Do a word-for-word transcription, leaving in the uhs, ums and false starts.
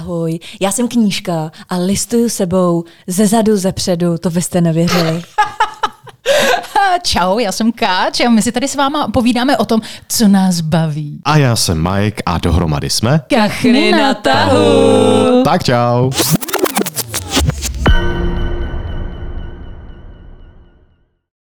ahoj, já jsem Knížka a listuju sebou ze zadu, ze předu, to byste nevěřili. Čau, já jsem Káč a my si tady s váma povídáme o tom, co nás baví. A já jsem Mike a dohromady jsme Kachny na tahu. Tak čau.